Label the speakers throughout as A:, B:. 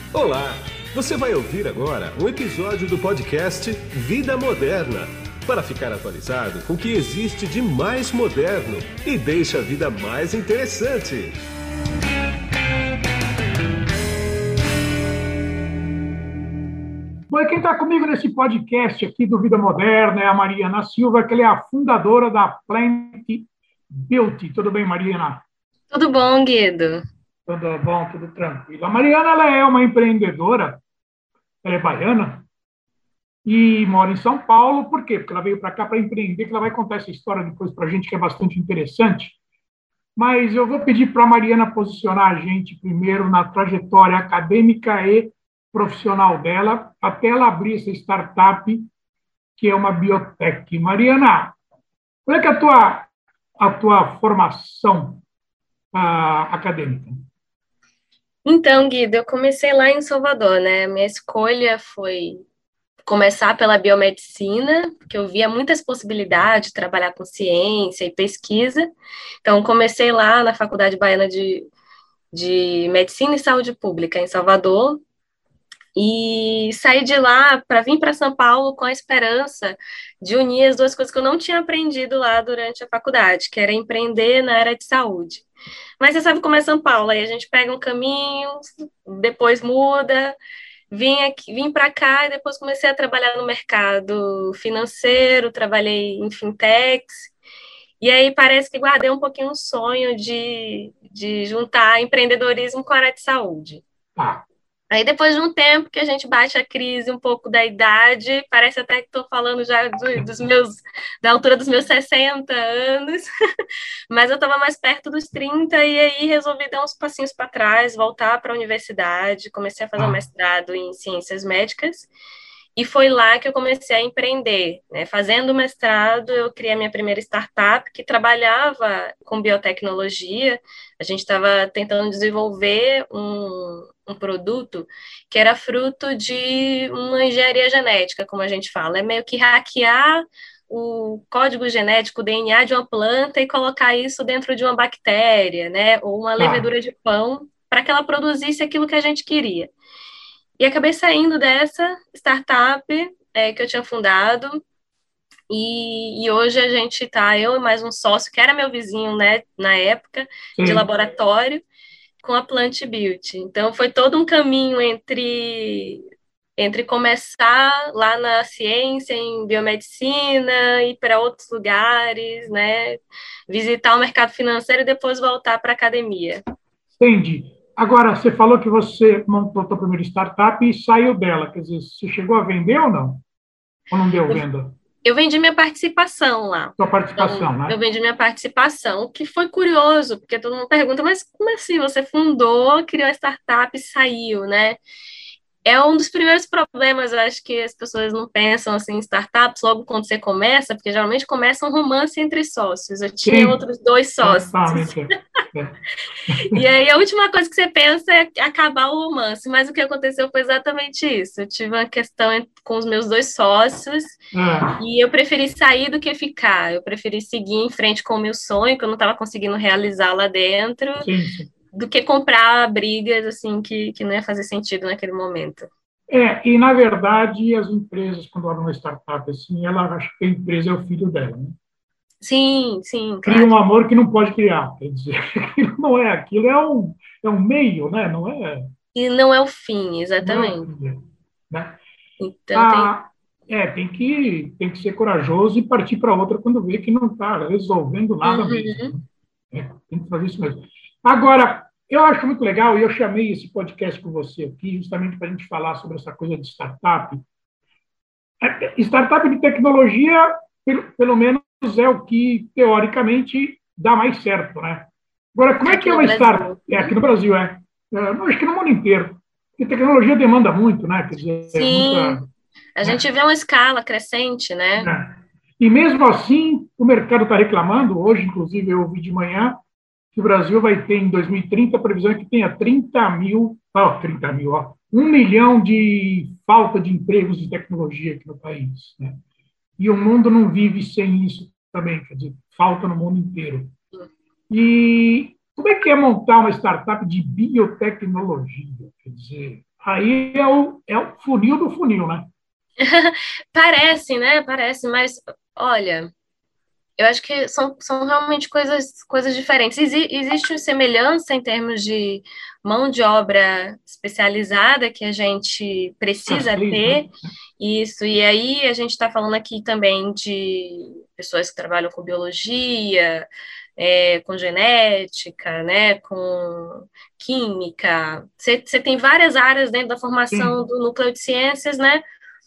A: Olá! Você vai ouvir agora um episódio do podcast Vida Moderna, para ficar atualizado com o que existe de mais moderno e deixa a vida mais interessante.
B: Bom, e quem está comigo nesse podcast aqui do Vida Moderna é a Mariana Silva, que ela é a fundadora da Plant Beauty. Tudo bem, Mariana?
C: Tudo bom, Guido?
B: Tudo bom, tudo tranquilo. A Mariana ela é uma empreendedora, ela é baiana e mora em São Paulo. Por quê? Porque ela veio para cá para empreender, que ela vai contar essa história depois para a gente, que é bastante interessante. Mas eu vou pedir para a Mariana posicionar a gente primeiro na trajetória acadêmica e profissional dela, até ela abrir essa startup, que é uma biotech. Mariana, qual é que é a tua formação acadêmica?
C: Então, Guido, eu comecei lá em Salvador, né? Minha escolha foi começar pela biomedicina, porque eu via muitas possibilidades de trabalhar com ciência e pesquisa. Então, comecei lá na Faculdade Baiana de Medicina e Saúde Pública, em Salvador, e saí de lá para vir para São Paulo com a esperança de unir as duas coisas que eu não tinha aprendido lá durante a faculdade, que era empreender na área de saúde. Mas você sabe como é São Paulo, aí a gente pega um caminho, depois muda. Vim para cá e depois comecei a trabalhar no mercado financeiro, trabalhei em fintechs, e aí parece que guardei um pouquinho o sonho de juntar empreendedorismo com a área de saúde.
B: Ah,
C: Aí depois de um tempo que a gente baixa a crise um pouco da idade, parece até que estou falando já da altura dos meus 60 anos, mas eu estava mais perto dos 30 e aí resolvi dar uns passinhos para trás, voltar para a universidade, comecei a fazer um
B: ah,
C: mestrado em ciências médicas e foi lá que eu comecei a empreender, né? Fazendo o mestrado, eu criei a minha primeira startup que trabalhava com biotecnologia. A gente estava tentando desenvolver um produto que era fruto de uma engenharia genética, como a gente fala. É meio que hackear o código genético, o DNA de uma planta e colocar isso dentro de uma bactéria, né? Ou uma
B: ah.
C: levedura de pão, para que ela produzisse aquilo que a gente queria. E acabei saindo dessa startup que eu tinha fundado, e hoje a gente está, eu e mais um sócio, que era meu vizinho, né, na época, de
B: Sim.
C: laboratório, com a Plant Beauty. Então, foi todo um caminho entre começar lá na ciência, em biomedicina, ir para outros lugares, né, visitar o mercado financeiro e depois voltar para a academia.
B: Entendi. Agora, você falou que você montou a sua primeira startup e saiu dela. Quer dizer, você chegou a vender ou não? Ou não deu venda?
C: Eu vendi minha participação lá.
B: Sua participação,
C: Então, eu
B: né?
C: vendi minha participação, o que foi curioso, porque todo mundo pergunta, mas como assim? Você fundou, criou a startup e saiu, né? É um dos primeiros problemas, eu acho que as pessoas não pensam assim em startups logo quando você começa, porque geralmente começa um romance entre sócios. Eu tinha
B: Sim,
C: outros dois sócios.
B: exatamente. É.
C: E aí a última coisa que você pensa é acabar o romance, mas o que aconteceu foi exatamente isso. Eu tive uma questão com os meus dois sócios
B: É,
C: e eu preferi sair do que ficar. Eu preferi seguir em frente com o meu sonho, que eu não estava conseguindo realizar lá dentro,
B: sim, sim.
C: do que comprar brigas assim que não ia fazer sentido naquele momento.
B: E na verdade, as empresas, quando olham uma startup assim, ela acha que a empresa é o filho dela, né?
C: Sim, sim,
B: Cria
C: claro.
B: um amor que não pode criar, quer dizer, não é aquilo, é um meio, né?
C: E não é o fim,
B: Não é o
C: exatamente.
B: fim, né?
C: Então tem.
B: Ah, tem que ser corajoso e partir para outra quando vê que não está resolvendo nada mesmo,
C: Uhum.
B: né? Tem que fazer isso mesmo. Agora, eu acho muito legal, e eu chamei esse podcast com você aqui justamente para a gente falar sobre essa coisa de startup. Startup de tecnologia, pelo menos, é o que, teoricamente, dá mais certo, né? Agora, como é que
C: Aqui
B: é
C: no
B: uma startup?
C: Brasil.
B: Aqui no Brasil, não, acho que no mundo inteiro. Porque tecnologia demanda muito, né? Quer dizer, é
C: Sim,
B: muita...
C: a gente
B: Né?
C: vê uma escala crescente, né?
B: Né? E mesmo assim, o mercado está reclamando. Hoje, inclusive, eu ouvi de manhã que o Brasil vai ter, em 2030, a previsão é que tenha 30 mil, 1 milhão de falta de empregos de tecnologia aqui no país. Né? E o mundo não vive sem isso também, quer dizer, falta no mundo inteiro. E como é que é montar uma startup de biotecnologia? Quer dizer, Aí é o funil do funil, né?
C: Parece, né? Parece, mas olha, eu acho que são realmente coisas diferentes. Existe uma semelhança em termos de mão de obra especializada que a gente precisa
B: Escassez, né?
C: ter, isso, e aí a gente está falando aqui também de pessoas que trabalham com biologia, com genética, né, com química. Você tem várias áreas dentro da formação
B: Sim,
C: do núcleo de ciências, né?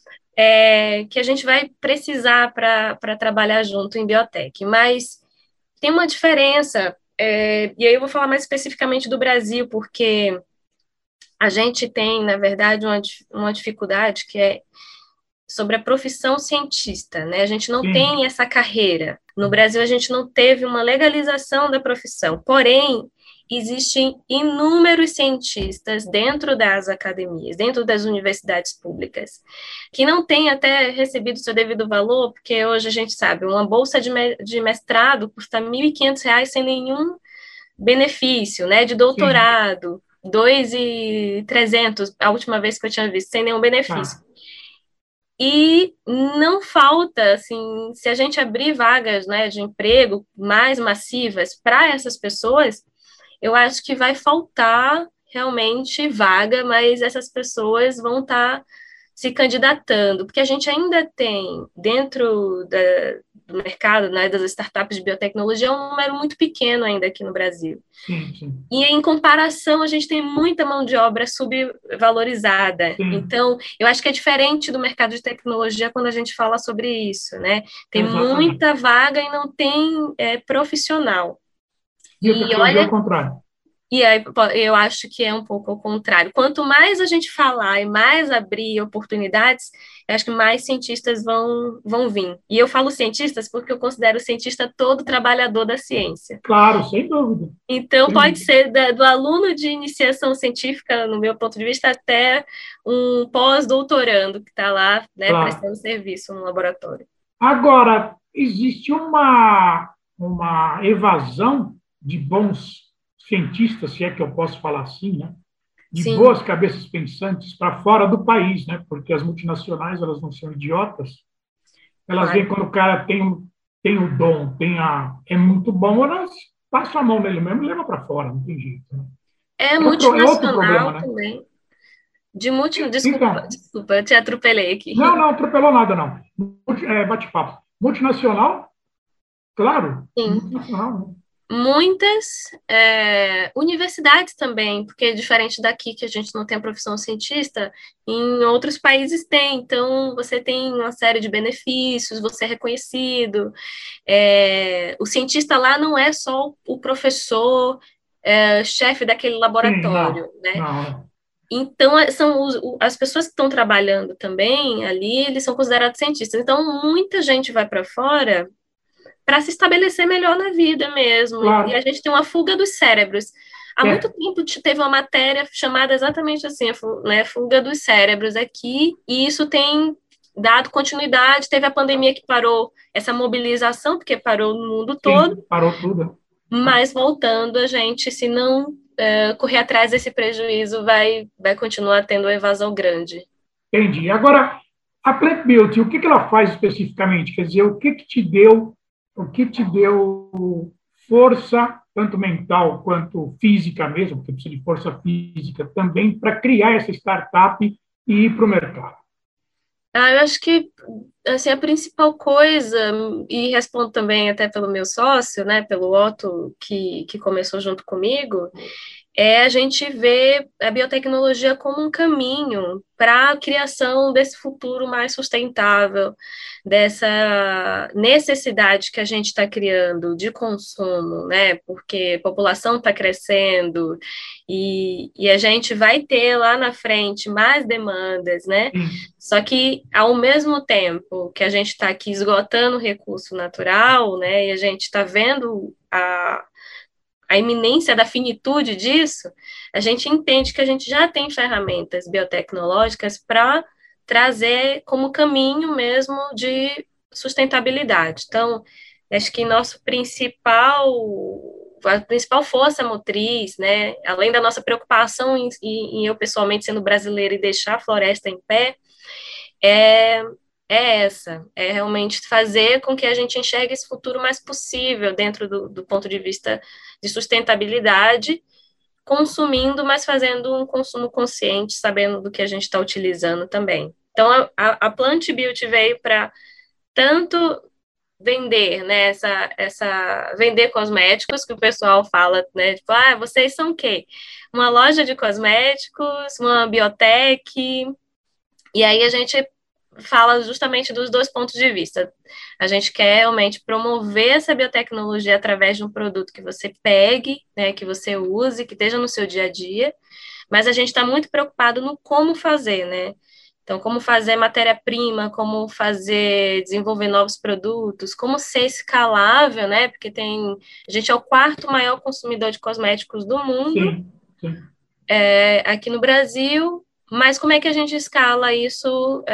C: Que a gente vai precisar para trabalhar junto em biotech. Mas tem uma diferença, e aí eu vou falar mais especificamente do Brasil, porque a gente tem, na verdade, uma dificuldade que é sobre a profissão cientista, né? A gente não
B: sim,
C: tem essa carreira. No Brasil, a gente não teve uma legalização da profissão. Porém, existem inúmeros cientistas dentro das academias, dentro das universidades públicas, que não têm até recebido seu devido valor, porque hoje a gente sabe, uma bolsa de mestrado custa R$ 1.500 sem nenhum benefício, né? De
B: sim.
C: doutorado, 2.300, a última vez que eu tinha visto, sem nenhum benefício.
B: Tá.
C: E não falta, assim, se a gente abrir vagas, né, de emprego mais massivas para essas pessoas, eu acho que vai faltar realmente vaga, mas essas pessoas vão estar se candidatando, porque a gente ainda tem, dentro do mercado, né, das startups de biotecnologia, um número muito pequeno ainda aqui no Brasil.
B: Sim, sim,
C: E em comparação, a gente tem muita mão de obra subvalorizada.
B: sim,
C: Então, eu acho que é diferente do mercado de tecnologia quando a gente fala sobre isso, né? Tem
B: exatamente.
C: muita vaga e não tem profissional. E
B: Biotecnologia é o
C: olha,
B: contrário.
C: e aí eu acho que é um pouco ao contrário. Quanto mais a gente falar e mais abrir oportunidades, eu acho que mais cientistas vão vir. E eu falo cientistas porque eu considero o cientista todo trabalhador da ciência.
B: Claro, sem dúvida.
C: Então,
B: Sem
C: pode
B: dúvida.
C: ser do aluno de iniciação científica, no meu ponto de vista, até um pós-doutorando que está lá, né,
B: Claro.
C: prestando serviço no laboratório.
B: Agora, existe uma evasão de bons cientistas, se é que eu posso falar assim, né? De
C: Sim,
B: boas cabeças pensantes para fora do país, né? Porque as multinacionais, elas não são idiotas. Elas veem
C: claro.
B: quando o cara tem o dom, é muito bom, elas passam a mão nele mesmo e levam para fora, não tem jeito. Né?
C: É
B: É outro problema,
C: multinacional
B: né?
C: também.
B: Então,
C: Desculpa, eu te atropelei
B: não,
C: aqui.
B: não atropelou nada, não. Bate-papo. Multinacional, claro,
C: Sim.
B: multinacional, né?
C: Muitas universidades também, porque diferente daqui que a gente não tem a profissão cientista, em outros países tem. Então, você tem uma série de benefícios, você é reconhecido. O cientista lá não é só o professor, chefe daquele
B: Sim,
C: laboratório,
B: não,
C: né?
B: não, né?
C: Então, são as pessoas que estão trabalhando também ali, eles são considerados cientistas. Então, muita gente vai para fora para se estabelecer melhor na vida mesmo. E a
B: Claro,
C: gente tem uma fuga dos cérebros. Há muito
B: é,
C: tempo teve uma matéria chamada exatamente assim, né, fuga dos cérebros aqui, e isso tem dado continuidade. Teve a pandemia que parou essa mobilização, porque parou no mundo todo,
B: sim, parou tudo.
C: mas voltando, a gente, se não correr atrás desse prejuízo, vai continuar tendo uma evasão grande.
B: Entendi. Agora, a Plant Beauty, o que que ela faz especificamente? Quer dizer, o que te deu força, tanto mental quanto física mesmo, porque precisa de força física também, para criar essa startup e ir para o mercado?
C: Eu acho que assim, a principal coisa, e respondo também até pelo meu sócio, né, pelo Otto, que começou junto comigo, é a gente ver a biotecnologia como um caminho para a criação desse futuro mais sustentável, dessa necessidade que a gente está criando de consumo, né? Porque a população está crescendo e a gente vai ter lá na frente mais demandas, né?
B: Sim,
C: Só que, ao mesmo tempo que a gente está aqui esgotando o recurso natural, né, e a gente está vendo a iminência da finitude disso, a gente entende que a gente já tem ferramentas biotecnológicas para trazer como caminho mesmo de sustentabilidade. Então, acho que nosso principal a principal força motriz, né, além da nossa preocupação em eu pessoalmente sendo brasileira e deixar a floresta em pé, é, é realmente fazer com que a gente enxergue esse futuro mais possível dentro do ponto de vista de sustentabilidade, consumindo, mas fazendo um consumo consciente, sabendo do que a gente está utilizando também. Então, a Plant Beauty veio para tanto vender, né, vender cosméticos, que o pessoal fala, né, tipo, vocês são o quê? Uma loja de cosméticos, uma biotech, e aí a gente fala justamente dos dois pontos de vista. A gente quer realmente promover essa biotecnologia através de um produto que você pegue, né, que você use, que esteja no seu dia a dia, mas a gente está muito preocupado no como fazer, né? Então, como fazer matéria-prima, como desenvolver novos produtos, como ser escalável, né? Porque a gente é o quarto maior consumidor de cosméticos do mundo,
B: Sim, sim.
C: Aqui no Brasil, mas como é que a gente escala isso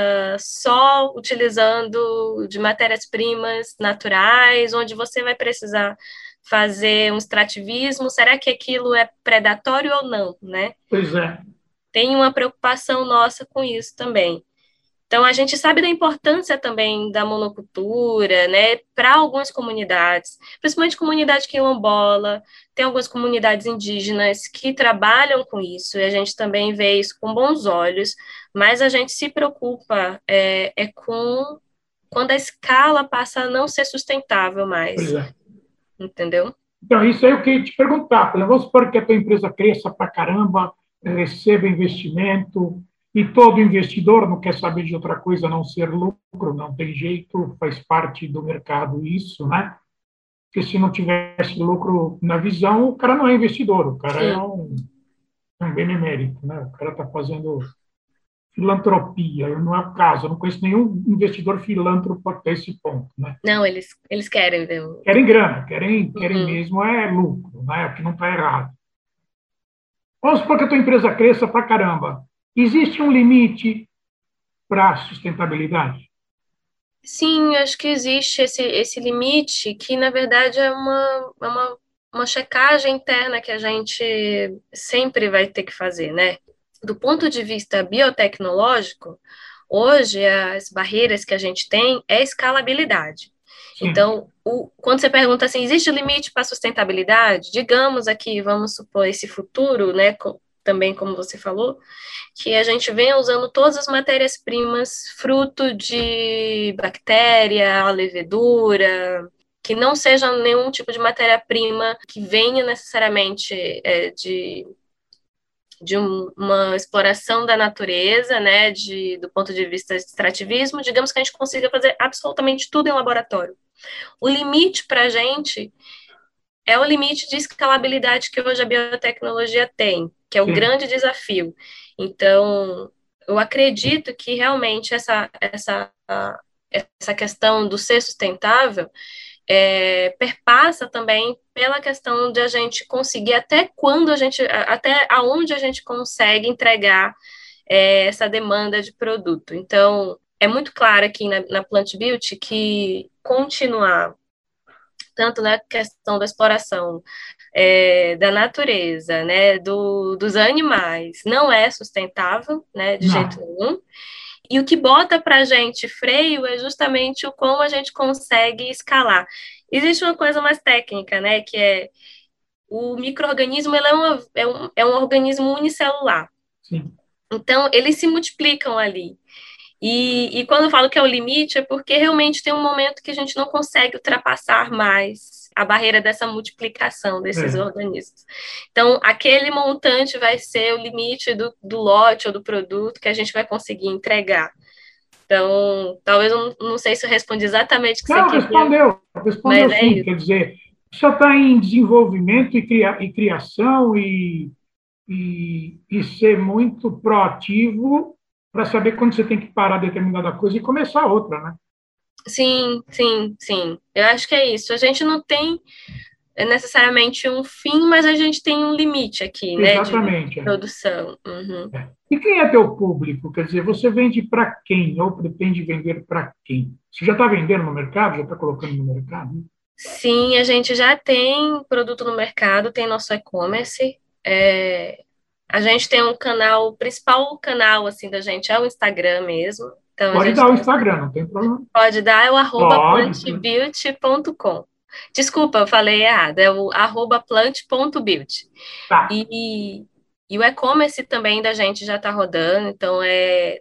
C: só utilizando de matérias-primas naturais, onde você vai precisar fazer um extrativismo? Será que aquilo é predatório ou não, né?
B: Pois é.
C: Tem uma preocupação nossa com isso também. Então, a gente sabe da importância também da monocultura, né, para algumas comunidades, principalmente comunidade quilombola, tem algumas comunidades indígenas que trabalham com isso, e a gente também vê isso com bons olhos, mas a gente se preocupa com quando a escala passa a não ser sustentável
B: Pois
C: mais,
B: é.
C: entendeu?
B: Então, isso aí eu queria te perguntar. Vamos supor que a tua empresa cresça para caramba, receba investimento, e todo investidor não quer saber de outra coisa a não ser lucro, não tem jeito, faz parte do mercado isso, né? Porque se não tivesse lucro na visão, o cara não é investidor, o cara é
C: Sim.
B: um benemérito, né? O cara está fazendo filantropia, não é o caso, eu não conheço nenhum investidor filântropo até esse ponto, né?
C: Não, eles querem ver.
B: Querem grana, querem
C: Uhum.
B: mesmo lucro, né? O que não está errado. Vamos supor que a tua empresa cresça para caramba. Existe um limite para a sustentabilidade?
C: Sim, acho que existe esse limite que, na verdade, uma checagem interna que a gente sempre vai ter que fazer, né? Do ponto de vista biotecnológico, hoje as barreiras que a gente tem é a escalabilidade.
B: Sim,
C: Então, quando você pergunta assim, existe limite para a sustentabilidade? Digamos aqui, vamos supor esse futuro, né? Também como você falou, que a gente vem usando todas as matérias-primas fruto de bactéria, levedura, que não seja nenhum tipo de matéria-prima que venha necessariamente de uma exploração da natureza, né, do ponto de vista de extrativismo, digamos que a gente consiga fazer absolutamente tudo em laboratório. O limite para a gente é o limite de escalabilidade que hoje a biotecnologia tem, que é o
B: sim.
C: grande desafio. Então, eu acredito que realmente essa questão do ser sustentável perpassa também pela questão de a gente conseguir até aonde a gente consegue entregar essa demanda de produto. Então, é muito claro aqui na Plant Beauty que continuar tanto na questão da exploração da natureza, né, dos animais, não é sustentável, né, de jeito
B: Não.
C: nenhum. E o que bota para a gente freio é justamente o como a gente consegue escalar. Existe uma coisa mais técnica, né, que é o micro-organismo, ele é um organismo unicelular.
B: Sim.
C: Então, eles se multiplicam ali. E quando eu falo que é o limite, é porque realmente tem um momento que a gente não consegue ultrapassar mais a barreira dessa multiplicação desses
B: É.
C: organismos. Então, aquele montante vai ser o limite do lote ou do produto que a gente vai conseguir entregar. Então, talvez eu não sei se eu respondi exatamente o que você
B: Não,
C: queria,
B: respondeu
C: mas é
B: sim.
C: isso.
B: Quer dizer, só está em desenvolvimento e criação e ser muito proativo para saber quando você tem que parar determinada coisa e começar outra, né?
C: Sim, sim, sim. Eu acho que é isso. A gente não tem necessariamente um fim, mas a gente tem um limite aqui, né, de
B: Exatamente.
C: produção. Uhum.
B: E quem é teu público? Quer dizer, você vende para quem ou pretende vender para quem? Você já está vendendo no mercado? Já está colocando no mercado?
C: Sim, a gente já tem produto no mercado, tem nosso e-commerce. A gente tem um canal, o principal canal assim da gente é o Instagram mesmo. Então a
B: Pode
C: gente
B: dar o
C: tem,
B: Instagram, não tem problema.
C: pode dar, é o
B: Pode.
C: plantbeauty.com. Desculpa, eu falei errado, é o plant.beauty.
B: Tá.
C: E o e-commerce também da gente já está rodando, então é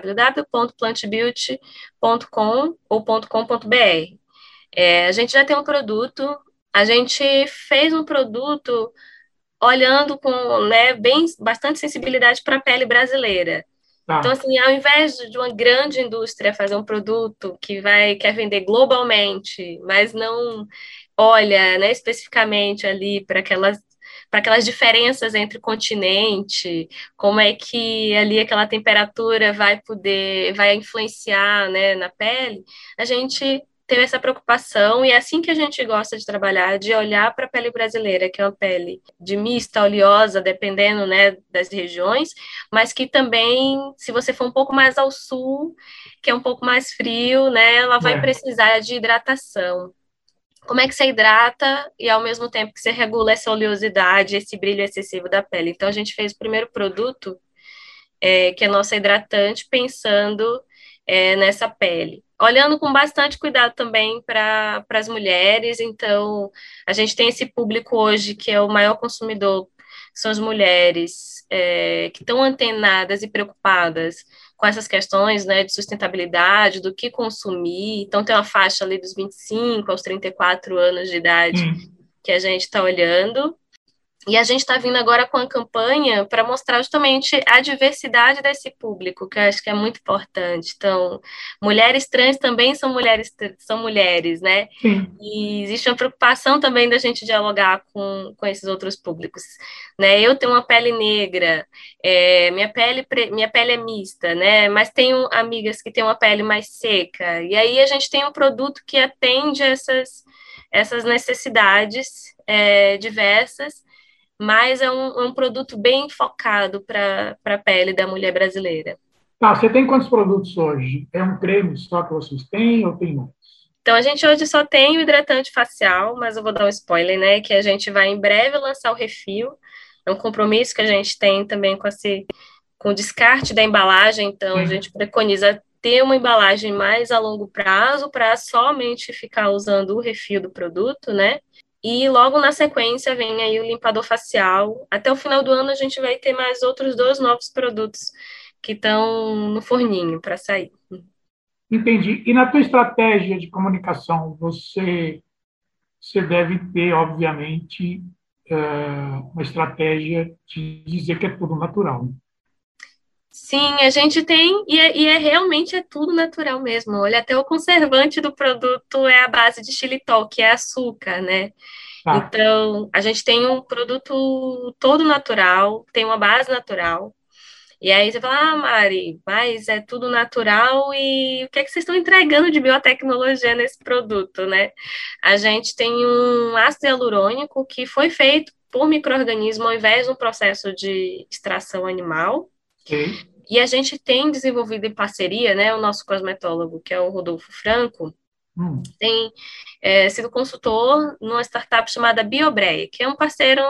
C: www.plantbeauty.com ou .com.br. A gente já tem um produto, a gente fez um produto olhando com, né, bastante sensibilidade para a pele brasileira. Então,
B: Tá.
C: assim, ao invés de uma grande indústria fazer um produto que quer vender globalmente, mas não olha, né, especificamente ali para aquelas diferenças entre continente, como é que ali aquela temperatura vai influenciar, né, na pele, a gente teve essa preocupação e é assim que a gente gosta de trabalhar, de olhar para a pele brasileira, que é uma pele de mista, oleosa, dependendo, né, das regiões, mas que também, se você for um pouco mais ao sul, que é um pouco mais frio, né, ela vai
B: É.
C: precisar de hidratação. Como é que você hidrata e ao mesmo tempo que você regula essa oleosidade, esse brilho excessivo da pele? Então a gente fez o primeiro produto, que é nossa hidratante, pensando nessa pele. Olhando com bastante cuidado também para as mulheres, então a gente tem esse público hoje que é o maior consumidor, são as mulheres que estão antenadas e preocupadas com essas questões, né, de sustentabilidade, do que consumir. Então tem uma faixa ali dos 25 aos 34 anos de idade
B: Sim.
C: que a gente está olhando. E a gente está vindo agora com a campanha para mostrar justamente a diversidade desse público, que eu acho que é muito importante. Então, mulheres trans também são mulheres, né?
B: Sim.
C: E existe uma preocupação também da gente dialogar com esses outros públicos, né? Eu tenho uma pele negra, minha pele é mista, né? Mas tenho amigas que têm uma pele mais seca. E aí a gente tem um produto que atende essas necessidades diversas, mas é um produto bem focado para a pele da mulher brasileira.
B: Tá, você tem quantos produtos hoje? É um creme só que vocês têm ou tem mais?
C: Então, a gente hoje só tem o hidratante facial, mas eu vou dar um spoiler, né? Que a gente vai em breve lançar o refil. É um compromisso que a gente tem também com o descarte da embalagem, então a
B: Sim.
C: gente preconiza ter uma embalagem mais a longo prazo para somente ficar usando o refil do produto, né? E logo na sequência vem aí o limpador facial. Até o final do ano a gente vai ter mais outros 2 novos produtos que estão no forninho para sair.
B: Entendi. E na tua estratégia de comunicação, você deve ter, obviamente, uma estratégia de dizer que é tudo natural, né?
C: Sim, a gente tem, realmente é tudo natural mesmo. Olha, até o conservante do produto é a base de xilitol, que é açúcar, né?
B: Tá.
C: Então, a gente tem um produto todo natural, tem uma base natural. E aí você fala, Mari, mas é tudo natural e o que é que vocês estão entregando de biotecnologia nesse produto, né? A gente tem um ácido hialurônico que foi feito por micro-organismo ao invés de um processo de extração animal.
B: Sei.
C: E a gente tem desenvolvido em parceria, né, o nosso cosmetólogo, que é o Rodolfo Franco,
B: Hum.
C: tem sido consultor numa startup chamada BioBreia, que é um parceiro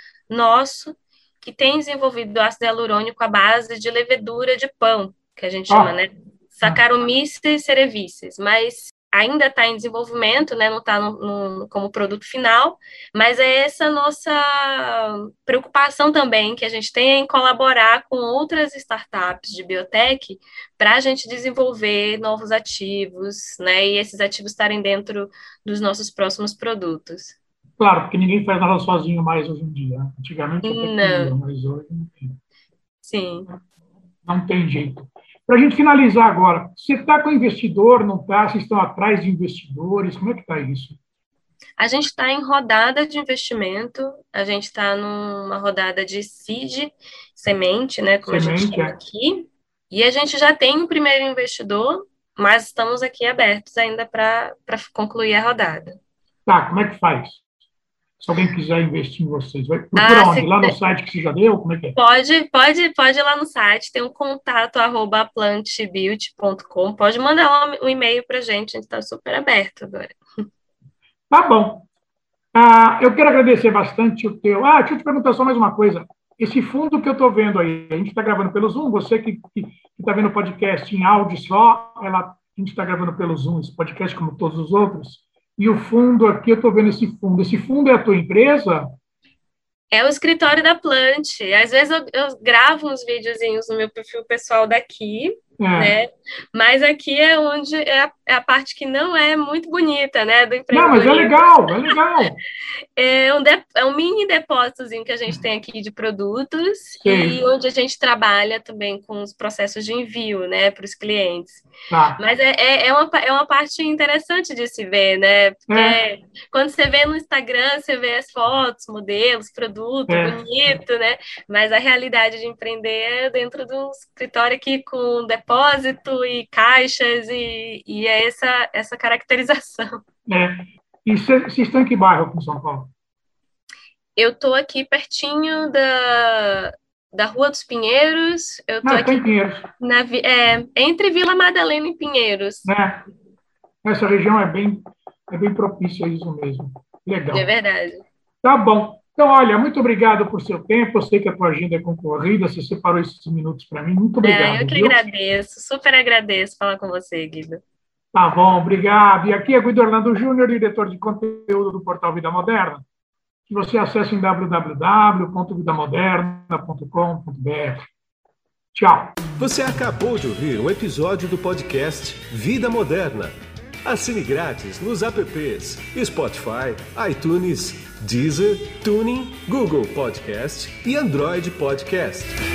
C: nosso que tem desenvolvido ácido hialurônico à base de levedura de pão, que a gente chama,
B: Ó.
C: né, Saccharomyces cerevisiae, mas ainda está em desenvolvimento, né, não está como produto final, mas é essa nossa preocupação também que a gente tem em colaborar com outras startups de biotech para a gente desenvolver novos ativos, né, e esses ativos estarem dentro dos nossos próximos produtos.
B: Claro, porque ninguém faz nada sozinho mais hoje em dia, né? Antigamente até queria,
C: Não,
B: mas hoje não tem,
C: sim.
B: não tem jeito. Para a gente finalizar agora, você está com investidor, não está? Vocês estão atrás de investidores? Como é que está isso?
C: A gente está em rodada de investimento, a gente está numa rodada de seed, semente, né, como a gente
B: Semente,
C: chama
B: é?
C: aqui, e a gente já tem o primeiro investidor, mas estamos aqui abertos ainda para concluir a rodada.
B: Tá, como é que faz? Se alguém quiser investir em vocês, vai, procura
C: Ah,
B: onde? Lá no site que você já deu? Como é que é?
C: pode ir lá no site, tem um contato @plantbeauty.com, pode mandar um e-mail para a gente está super aberto agora.
B: Tá bom. Eu quero agradecer bastante o teu... deixa eu te perguntar só mais uma coisa. Esse fundo que eu estou vendo aí, a gente está gravando pelo Zoom, você que está vendo o podcast em áudio só, a gente está gravando pelo Zoom, esse podcast como todos os outros, e o fundo aqui, eu estou vendo esse fundo. Esse fundo é a tua empresa?
C: É o escritório da Plant. Às vezes eu gravo uns videozinhos no meu perfil pessoal daqui, né? Mas aqui é onde é a parte que não é muito bonita, né? Do empreendedorismo.
B: Não, mas é legal, é legal.
C: É um mini depósitozinho que a gente tem aqui de produtos.
B: Sim.
C: E onde a gente trabalha também com os processos de envio, né, para os clientes.
B: Tá.
C: Mas é uma parte interessante de se ver, né? Porque quando você vê no Instagram, você vê as fotos, modelos, produto, bonito, né? Mas a realidade de empreender é dentro de um escritório aqui com depósito e caixas e é essa caracterização.
B: E vocês estão em que bairro aqui em São Paulo?
C: Eu estou aqui pertinho da Rua dos Pinheiros. Eu estou aqui
B: em Pinheiros.
C: Entre Vila Madalena e Pinheiros.
B: Essa região é bem propícia a isso mesmo. Legal.
C: É verdade.
B: Tá bom. Então, olha, muito obrigado por seu tempo. Eu sei que a tua agenda é concorrida. Você separou esses minutos para mim. Muito obrigado.
C: Eu que agradeço. Super agradeço falar com você, Guido.
B: Tá bom, obrigado. E aqui é Guido Orlando Júnior, diretor de conteúdo do portal Vida Moderna, que você acessa em www.vidamoderna.com.br. Tchau.
A: Você acabou de ouvir um episódio do podcast Vida Moderna. Assine grátis nos apps Spotify, iTunes, Deezer, Tuning, Google Podcast e Android Podcast.